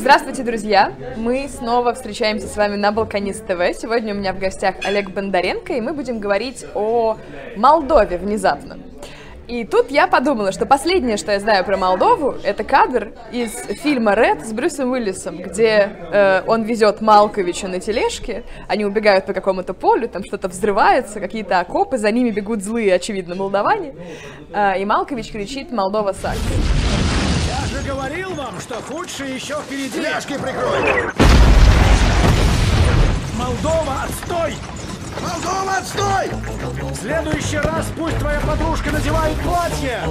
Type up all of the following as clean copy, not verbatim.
Здравствуйте, друзья! Мы снова встречаемся с вами на Балканист ТВ. Сегодня у меня в гостях Олег Бондаренко, и мы будем говорить о Молдове внезапно. И тут я подумала, что последнее, что я знаю про Молдову, это кадр из фильма «Рэд» с Брюсом Уиллисом, где он везет Малковича на тележке, они убегают по какому-то полю, там что-то взрывается, какие-то окопы, за ними бегут злые, очевидно, молдаване, и Малкович кричит «Молдова сак». Я же говорил вам, что худшее еще впереди. Ляжки прикрой! Молдова, отстой! Молдова, отстой! В следующий раз пусть твоя подружка надевает платье!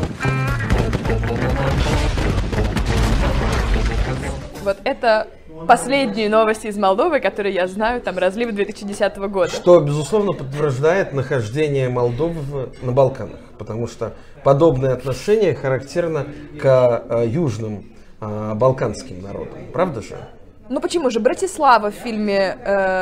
Вот это последние новости из Молдовы, которые я знаю, там разлив 2010 года. Что, безусловно, подтверждает нахождение Молдовы на Балканах, потому что подобное отношение характерно к южным балканским народам, правда же? Ну почему же? Братислава в фильме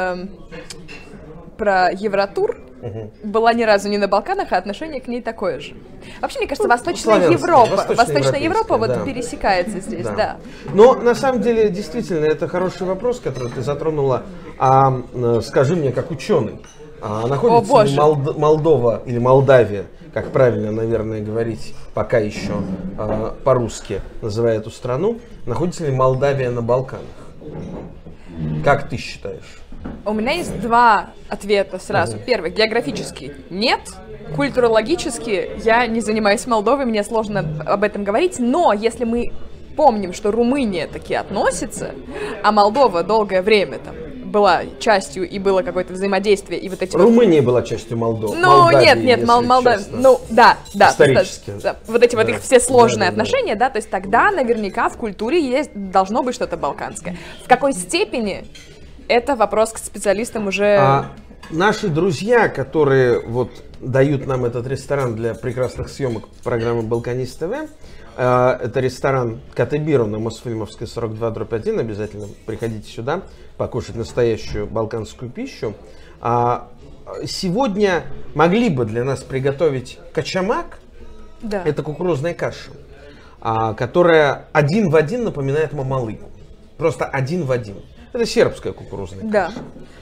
про Евротур была ни разу не на Балканах, а отношение к ней такое же. Вообще, мне кажется, Восточная Европа вот пересекается здесь, да. Но на самом деле, действительно, это хороший вопрос, который ты затронула. Скажи мне, как ученый, находится ли Молдова или Молдавия, как правильно, наверное, говорить пока еще по-русски, называя эту страну, находится ли Молдавия на Балканах? Как ты считаешь? У меня есть два ответа сразу. Первый, географически нет. Культурологически я не занимаюсь Молдовой, мне сложно об этом говорить. Но если мы помним, что Румыния таки относится, а Молдова долгое время там была частью и было какое-то взаимодействие, и вот эти Румыния была частью Молдовы. Ну, нет, Молдавия. Ну, да. Исторически. Вот эти вот их все сложные отношения, да, то есть тогда наверняка в культуре должно быть что-то балканское. В какой степени? Это вопрос к специалистам уже... Наши друзья, которые вот дают нам этот ресторан для прекрасных съемок программы «Балканист ТВ», это ресторан Катебиру на Мосфильмовской 42/1, обязательно приходите сюда, покушать настоящую балканскую пищу. Сегодня могли бы для нас приготовить качамак, да. Это кукурузная каша, которая один в один напоминает мамалыгу, просто один в один. Это сербская кукурузная каша.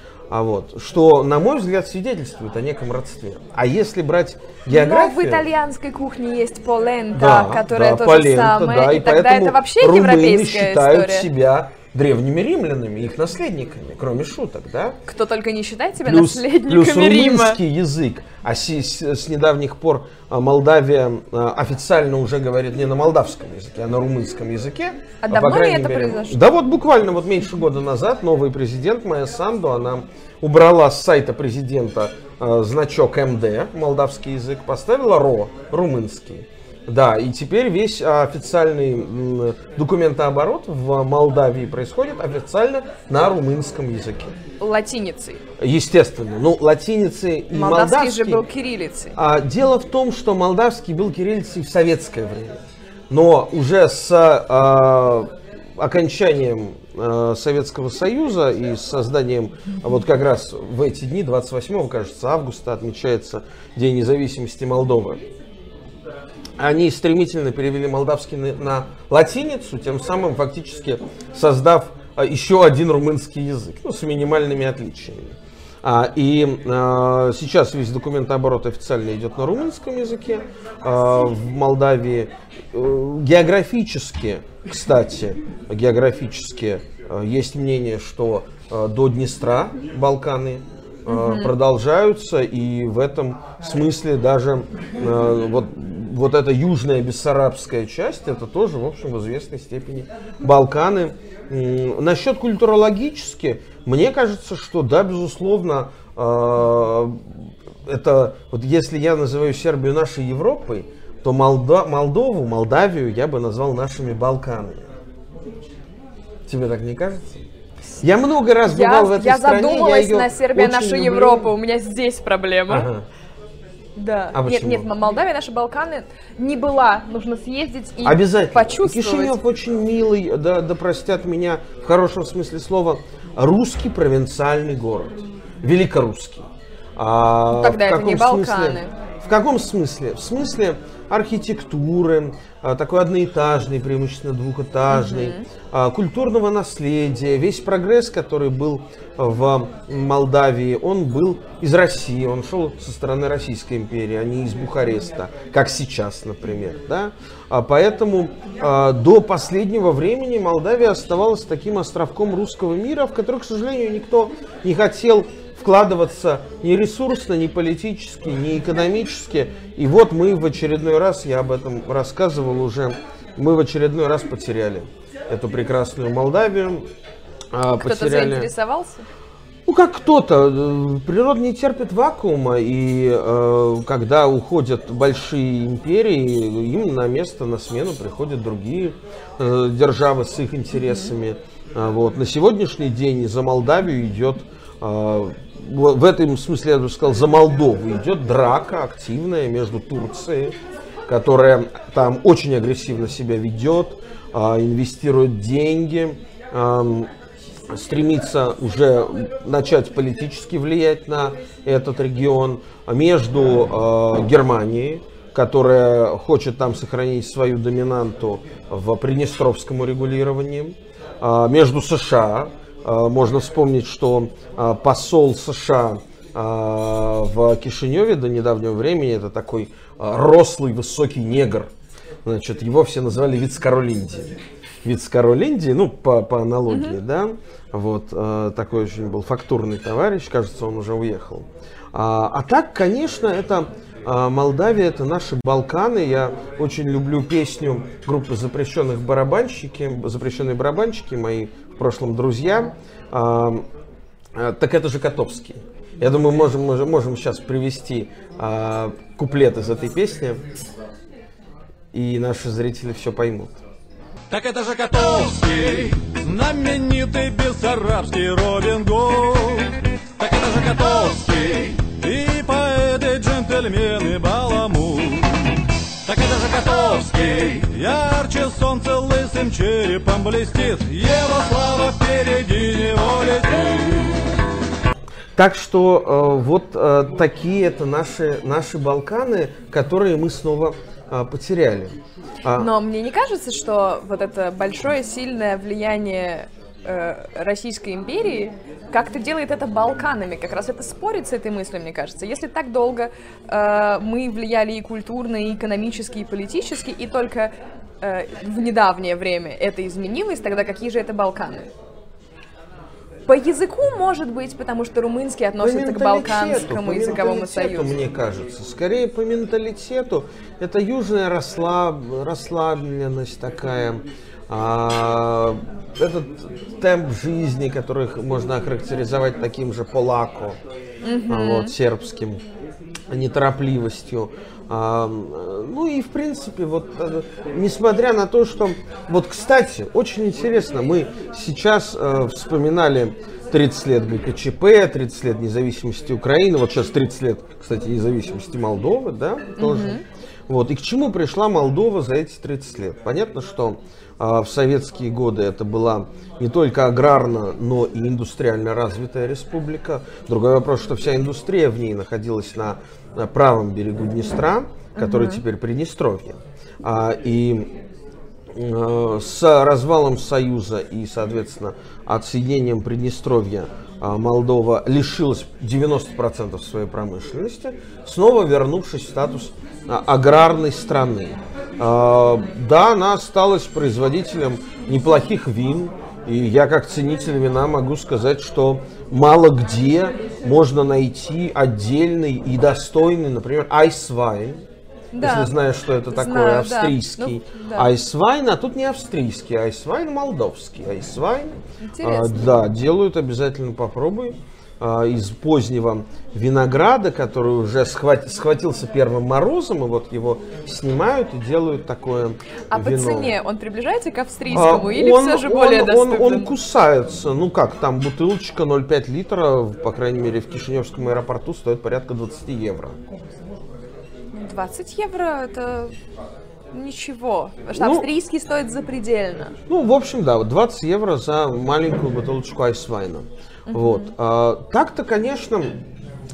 Что, на мой взгляд, свидетельствует о неком родстве. А если брать географию... Но в итальянской кухне есть полента, которая то же самое, да, и тогда это вообще европейская считают история. Себя древними римлянами, их наследниками, кроме шуток, да? Кто только не считает себя наследниками плюс Рима. Румынский язык, с недавних пор Молдавия официально уже говорит не на молдавском языке, а на румынском языке. А давно ли это произошло? Да вот буквально вот меньше года назад новый президент Майя Санду, она убрала с сайта президента значок МД, молдавский язык, поставила РО, румынский. Да, и теперь весь официальный документооборот в Молдавии происходит официально на румынском языке. Латиницей. Естественно. Ну, латиницей и молдавский же был кириллицей. Дело в том, что молдавский был кириллицей в советское время. Но уже с окончанием Советского Союза и с созданием, вот как раз в эти дни, 28, кажется, августа, отмечается День независимости Молдовы. Они стремительно перевели молдавский на латиницу, тем самым фактически создав еще один румынский язык, с минимальными отличиями. И сейчас весь документооборот официально идет на румынском языке в Молдавии. Географически, кстати, есть мнение, что до Днестра Балканы продолжаются, и в этом смысле даже вот эта южная бессарабская часть, это тоже, в общем, в известной степени Балканы. Насчет культурологически, мне кажется, что да, безусловно, это вот если я называю Сербию нашей Европой, то Молдавию я бы назвал нашими Балканами. Тебе так не кажется? Я много раз бывал в этой стране. Я задумалась на Сербия наша Европа, у меня здесь проблема. Да. Нет, Молдавия, наши Балканы не была. Нужно съездить и почувствовать. Кишинев очень милый, да простят меня в хорошем смысле слова, русский провинциальный город. Великорусский. Тогда это не Балканы. В каком смысле? В смысле архитектуры, такой одноэтажный, преимущественно двухэтажный, культурного наследия. Весь прогресс, который был в Молдавии, он был из России, он шел со стороны Российской империи, а не из Бухареста, как сейчас, например. Да? Поэтому до последнего времени Молдавия оставалась таким островком русского мира, в который, к сожалению, никто не хотел вкладываться ни ресурсно, ни политически, ни экономически. И вот мы в очередной раз, я об этом рассказывал уже, мы в очередной раз потеряли эту прекрасную Молдавию. Кто-то заинтересовался? Ну, как кто-то. Природа не терпит вакуума, и когда уходят большие империи, им на место, на смену приходят другие державы с их интересами. Вот. На сегодняшний день за Молдавию идет, в этом смысле, я бы сказал, за Молдову идет драка активная между Турцией, которая там очень агрессивно себя ведет, инвестирует деньги, стремится уже начать политически влиять на этот регион, между Германией, которая хочет там сохранить свою доминанту в приднестровском урегулировании, между США. Можно вспомнить, что посол США в Кишиневе до недавнего времени — это такой рослый, высокий негр. Значит, его все называли вице-король Индии. Вице-король Индии, ну, по аналогии, да, вот, такой очень был фактурный товарищ, кажется, он уже уехал. А так, конечно, это Молдавия, это наши Балканы. Я очень люблю песню группы запрещенные барабанщики, мои в прошлом друзья. Так это же Котовский. Я думаю, можем сейчас привести куплет из этой песни, и наши зрители все поймут. Так это же Котовский, знаменитый бессарабский Робин Гуд. Так это же Котовский, и поэт, и джентльмен, и баламут. Так это же Котовский, ярче солнца лысым черепом блестит, его слава впереди него летит. Так что вот такие это наши Балканы, которые мы снова потеряли. Но мне не кажется, что вот это большое, сильное влияние Российской империи как-то делает это Балканами. Как раз это спорит с этой мыслью, мне кажется. Если так долго мы влияли и культурно, и экономически, и политически, и только в недавнее время это изменилось, тогда какие же это Балканы? По языку, может быть, потому что румынский относится к Балканскому языковому союзу. Мне кажется, скорее по менталитету. Это южная расслабленность такая. Этот темп жизни, который можно охарактеризовать таким же полако, вот, сербским, неторопливостью. Ну и в принципе, вот, несмотря на то, что... Вот, кстати, очень интересно, мы сейчас вспоминали 30 лет ГКЧП, 30 лет независимости Украины, вот сейчас 30 лет, кстати, независимости Молдовы, да, тоже. Вот, и к чему пришла Молдова за эти 30 лет? Понятно, что в советские годы это была не только аграрно, но и индустриально развитая республика. Другой вопрос, что вся индустрия в ней находилась на правом берегу Днестра, который теперь Приднестровье. И с развалом Союза и, соответственно, отсоединением Приднестровья Молдова лишилась 90% своей промышленности, снова вернувшись в статус аграрной страны. Да, она осталась производителем неплохих вин, и я как ценитель вина могу сказать, что мало где можно найти отдельный и достойный, например, айсвайн. Да. Если знаешь, что это такое, знаю, австрийский, да. Ну, да. Айсвайн, а тут не австрийский, айсвайн молдовский. Айсвайн, да, делают, обязательно попробуй. Из позднего винограда, который уже схватился первым морозом, и вот его снимают и делают такое А вино. По цене он приближается к австрийскому или все же более доступным? Он кусается. Ну как, там бутылочка 0,5 литра, по крайней мере, в Кишиневском аэропорту стоит порядка 20 евро. 20 евро это ничего, потому что австрийский стоит запредельно. Ну, в общем, да, 20 евро за маленькую бутылочку айсвайна. Вот. Так-то, конечно,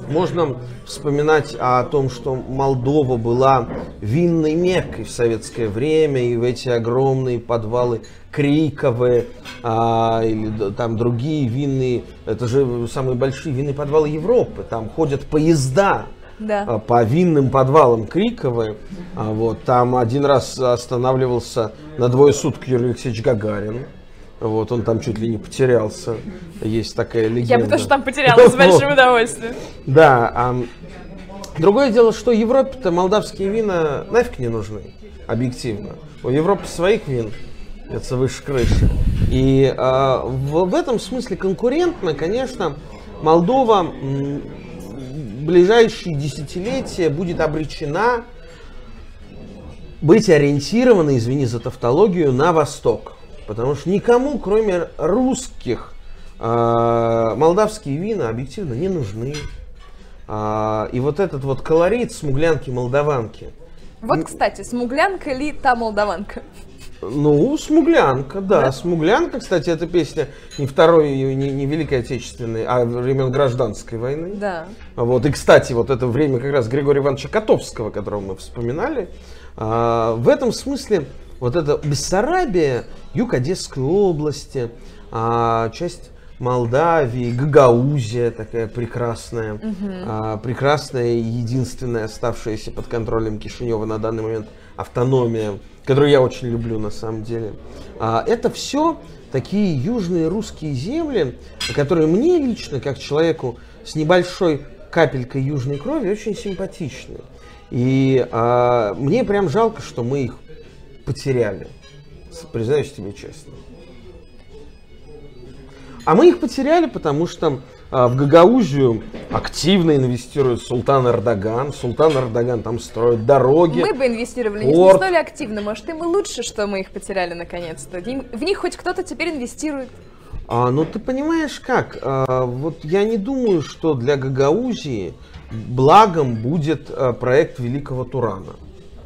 Можно вспоминать о том, что Молдова была винной Меккой в советское время, и в эти огромные подвалы Криковые, или там другие винные, это же самые большие винные подвалы Европы, там ходят поезда. Да. По винным подвалам Криковые. Вот, там один раз останавливался на 2 суток Юрий Алексеевич Гагарин. Вот, он там чуть ли не потерялся. Есть такая легенда. Я бы тоже там потерялась с большим удовольствием. Да. Другое дело, что Европе-то молдавские вина нафиг не нужны, объективно. У Европы своих вин, это выше крыши. И в этом смысле конкурентно, конечно, Молдова в ближайшие десятилетия будет обречена быть ориентирована, извини за тавтологию, на восток. Потому что никому, кроме русских, молдавские вина объективно не нужны. И вот этот вот колорит смуглянки-молдаванки. Вот, кстати, смуглянка ли та молдаванка? Ну, смуглянка, да. Смуглянка, кстати, это песня не Второй, не Великой Отечественной, а времен Гражданской войны. Да. Вот, и, кстати, вот это время как раз Григория Ивановича Котовского, которого мы вспоминали. В этом смысле вот эта Бессарабия, юг Одесской области, часть Молдавии, Гагаузия такая прекрасная, прекрасная и единственная оставшаяся под контролем Кишинева на данный момент автономия, которую я очень люблю на самом деле. Это все такие южные русские земли, которые мне лично, как человеку с небольшой капелькой южной крови, очень симпатичны. И мне прям жалко, что мы их потеряли, признаюсь тебе честно. А мы их потеряли, потому что в Гагаузию активно инвестирует Султан Эрдоган. Султан Эрдоган там строит дороги. Мы бы инвестировали не столь активно. Может, им и лучше, что мы их потеряли наконец-то. В них хоть кто-то теперь инвестирует. Ну, ты понимаешь как? Вот я не думаю, что для Гагаузии благом будет проект Великого Турана.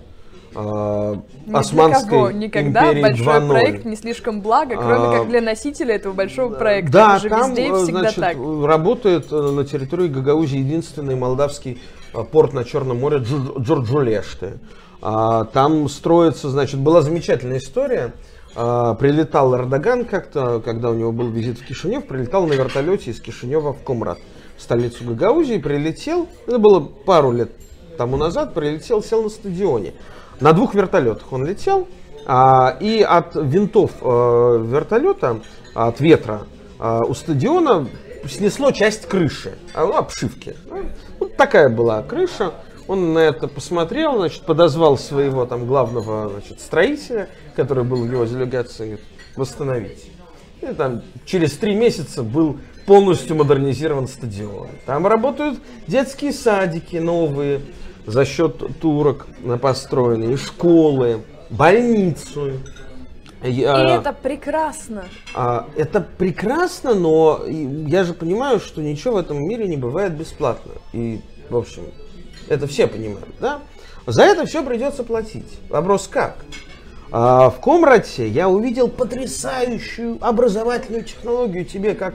Османской никогда империи большой 2.0. Проект не слишком благо, кроме как для носителя этого большого проекта. Да, это же там, везде и всегда значит, так. работает на территории Гагаузии единственный молдавский порт на Черном море Джорджулеште. Там строится, значит, была замечательная история. Прилетал Эрдоган как-то, когда у него был визит в Кишинев, прилетал на вертолете из Кишинева в Комрат, в столицу Гагаузии, прилетел, это было пару лет тому назад, прилетел, сел на стадионе. На 2 вертолетах он летел, и от винтов вертолета, от ветра у стадиона снесло часть крыши, обшивки. Вот такая была крыша. Он на это посмотрел, значит, подозвал своего там главного, значит, строителя, который был в его делегации, говорит, восстановить. И там через 3 месяца был полностью модернизирован стадион. Там работают детские садики новые, за счет турок построенные, школы, больницу. И это прекрасно. Это прекрасно, но я же понимаю, что ничего в этом мире не бывает бесплатно. И, в общем, это все понимают, да? За это все придется платить. Вопрос как? В Комрате я увидел потрясающую образовательную технологию. Тебе, как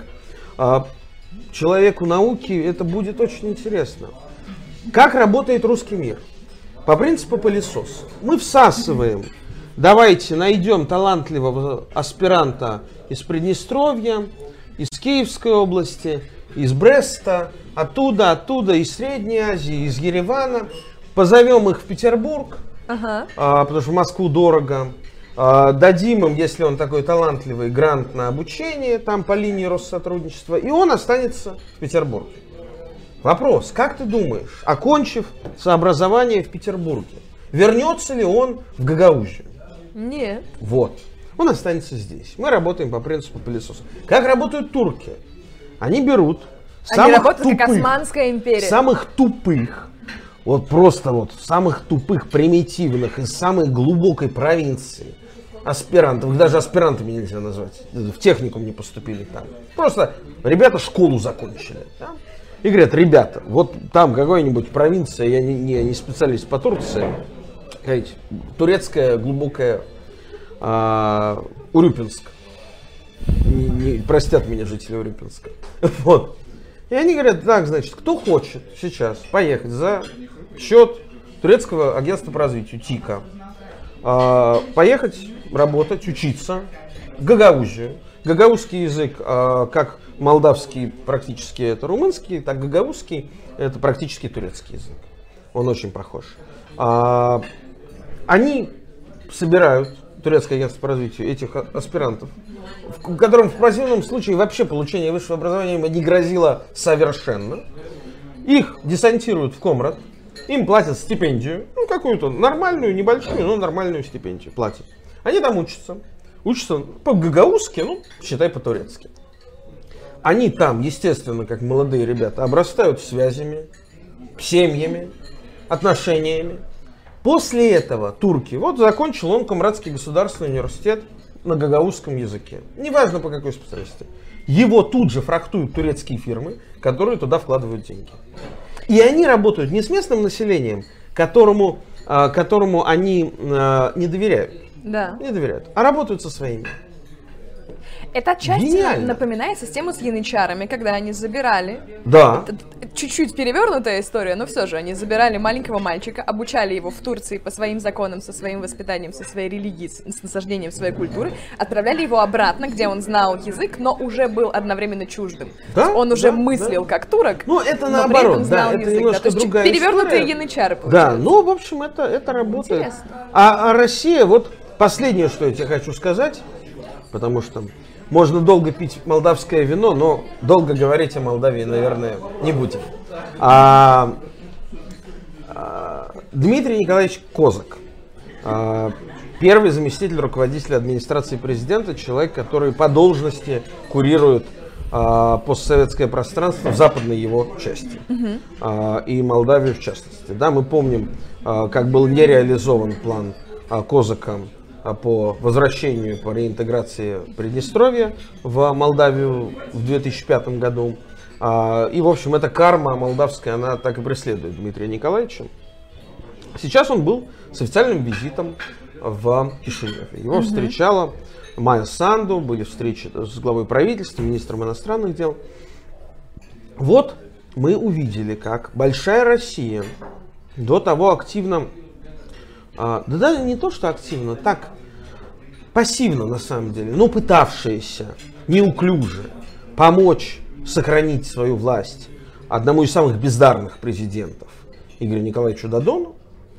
человеку науки, это будет очень интересно. Как работает русский мир? По принципу пылесос. Мы всасываем. Давайте найдем талантливого аспиранта из Приднестровья, из Киевской области, из Бреста, оттуда, из Средней Азии, из Еревана. Позовем их в Петербург, потому что в Москву дорого. Дадим им, если он такой талантливый, грант на обучение там по линии Россотрудничества, и он останется в Петербурге. Вопрос, как ты думаешь, окончив образование в Петербурге, вернется ли он в Гагаузию? Нет. Вот. Он останется здесь. Мы работаем по принципу пылесоса. Как работают турки? Они берут Они работают как Османская империя. Самых тупых, вот просто вот самых тупых, примитивных из самой глубокой провинции аспирантов, их даже аспирантами нельзя назвать, в техникум не поступили там. Просто ребята школу закончили. Да? И говорят, ребята, вот там какая-нибудь провинция, я не специалист по Турции, турецкая глубокая Урюпинск. Простят меня жители Урюпинска. Вот. И они говорят, так, значит, кто хочет сейчас поехать за счет турецкого агентства по развитию, ТИКа, поехать работать, учиться гагаузию. Гагаузский язык, как молдавский практически это румынский, так гагаузский это практически турецкий язык. Он очень похож. Они собирают, турецкое агентство по развитию, этих аспирантов, которым в противном случае вообще получение высшего образования не грозило совершенно. Их десантируют в Комрат, им платят стипендию, ну какую-то нормальную, небольшую, но нормальную стипендию платят. Они там учатся по-гагаузски, ну считай по-турецки. Они там, естественно, как молодые ребята, обрастают связями, семьями, отношениями. После этого турки, вот закончил он Комратский государственный университет на гагаузском языке, неважно по какой специальности, его тут же фрахтуют турецкие фирмы, которые туда вкладывают деньги. И они работают не с местным населением, которому они не доверяют, не доверяют, а работают со своими. Это отчасти Гениально. напоминает систему с янычарами, когда они забирали. Да. Чуть-чуть перевернутая история, но все же они забирали маленького мальчика, обучали его в Турции по своим законам, со своим воспитанием, со своей религией, с насаждением своей культуры, отправляли его обратно, где он знал язык, но уже был одновременно чуждым. Да? Он уже мыслил как турок, Ну, это но наоборот, при этом знал да, это язык. немножко То есть другая перевернутые история. янычары, Да, получается. ну, в общем, это работает. Интересно. А Россия, вот последнее, что я тебе хочу сказать, потому что можно долго пить молдавское вино, но долго говорить о Молдавии, наверное, не будем. Дмитрий Николаевич Козак, первый заместитель руководителя администрации президента, человек, который по должности курирует постсоветское пространство в западной его части, и Молдавию в частности. Да, мы помним, как был нереализован план Козака по возвращению, по реинтеграции Приднестровья в Молдавию в 2005 году. И, в общем, эта карма молдавская, она так и преследует Дмитрия Николаевича. Сейчас он был с официальным визитом в Кишиневе. Его встречала Майя Санду, были встречи с главой правительства, министром иностранных дел. Вот мы увидели, как большая Россия до того активно, да не то что активно, так пассивно на самом деле, но пытавшаяся неуклюже помочь сохранить свою власть одному из самых бездарных президентов, Игорю Николаевичу Додону.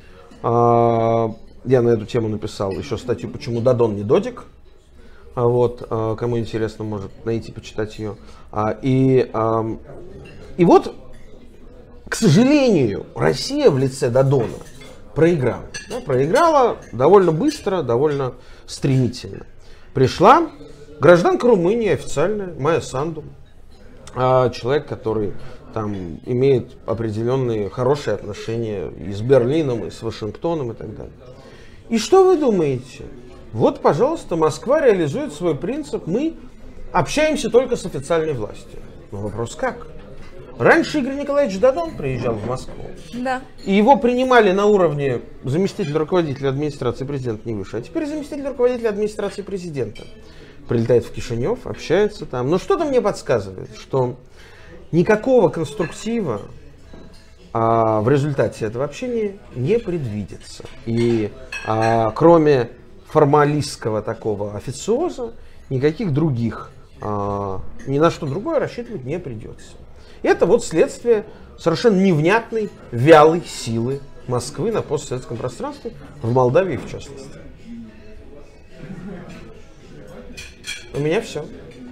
Я на эту тему написал еще статью «Почему Додон не Додик». Вот, кому интересно, может найти, почитать ее. И вот, к сожалению, Россия в лице Додона проиграла. Да, проиграла довольно быстро, довольно стремительно. Пришла гражданка Румынии официальная, Майя Санду. Человек, который там имеет определенные хорошие отношения и с Берлином, и с Вашингтоном, и так далее. И что вы думаете? Вот, пожалуйста, Москва реализует свой принцип. Мы общаемся только с официальной властью. Но вопрос как? Раньше Игорь Николаевич Додон приезжал в Москву. Да. И его принимали на уровне заместителя руководителя администрации президента, не выше. А теперь заместитель руководителя администрации президента прилетает в Кишинев, общается там. Но что-то мне подсказывает, что никакого конструктива в результате этого общения не предвидится. И кроме формалистского такого официоза, никаких других, ни на что другое рассчитывать не придется. Это вот следствие совершенно невнятной, вялой силы Москвы на постсоветском пространстве, в Молдавии в частности. У меня все.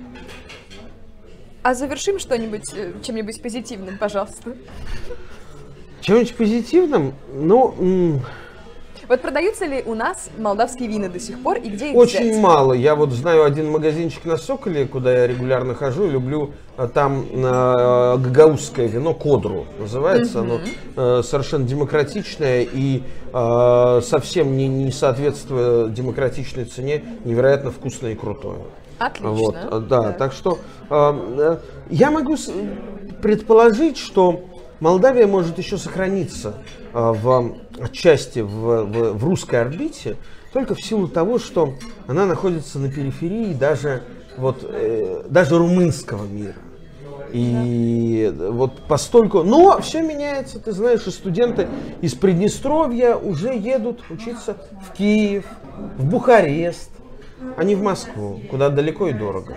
А завершим что-нибудь чем-нибудь позитивным, пожалуйста. Чем-нибудь позитивным? Ну, вот продаются ли у нас молдавские вина до сих пор и где их очень взять? мало. Я вот знаю один магазинчик на Соколе, куда я регулярно хожу, люблю там гагаузское вино, Кодру называется. Оно совершенно демократичное и совсем не соответствуя демократичной цене, невероятно вкусное и крутое. Отлично. Вот, да, так что я могу предположить, что Молдавия может еще сохраниться отчасти в русской орбите только в силу того, что она находится на периферии даже румынского мира. И вот постольку... Но все меняется, ты знаешь, и студенты из Приднестровья уже едут учиться в Киев, в Бухарест, а не в Москву, куда далеко и дорого.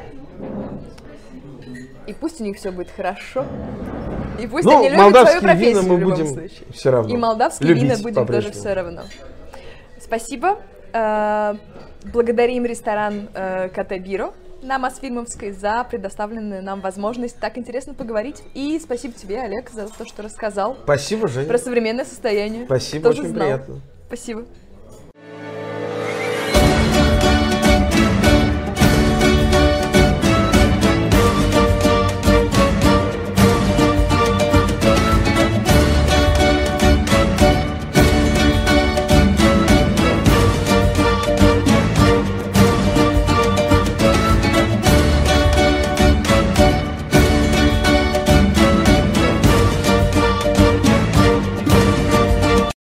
И пусть у них все будет хорошо. И пусть Ну, они любят свою молдавские профессию вина мы в любом будем случае. все равно И молдавские вина любить будем тоже по-прежнему. все равно. Спасибо. Благодарим ресторан КТ Биро на Мосфильмовской за предоставленную нам возможность так интересно поговорить. И спасибо тебе, Олег, за то, что рассказал Спасибо, Женя. про современное состояние. Спасибо, Тоже очень знал. приятно. Спасибо.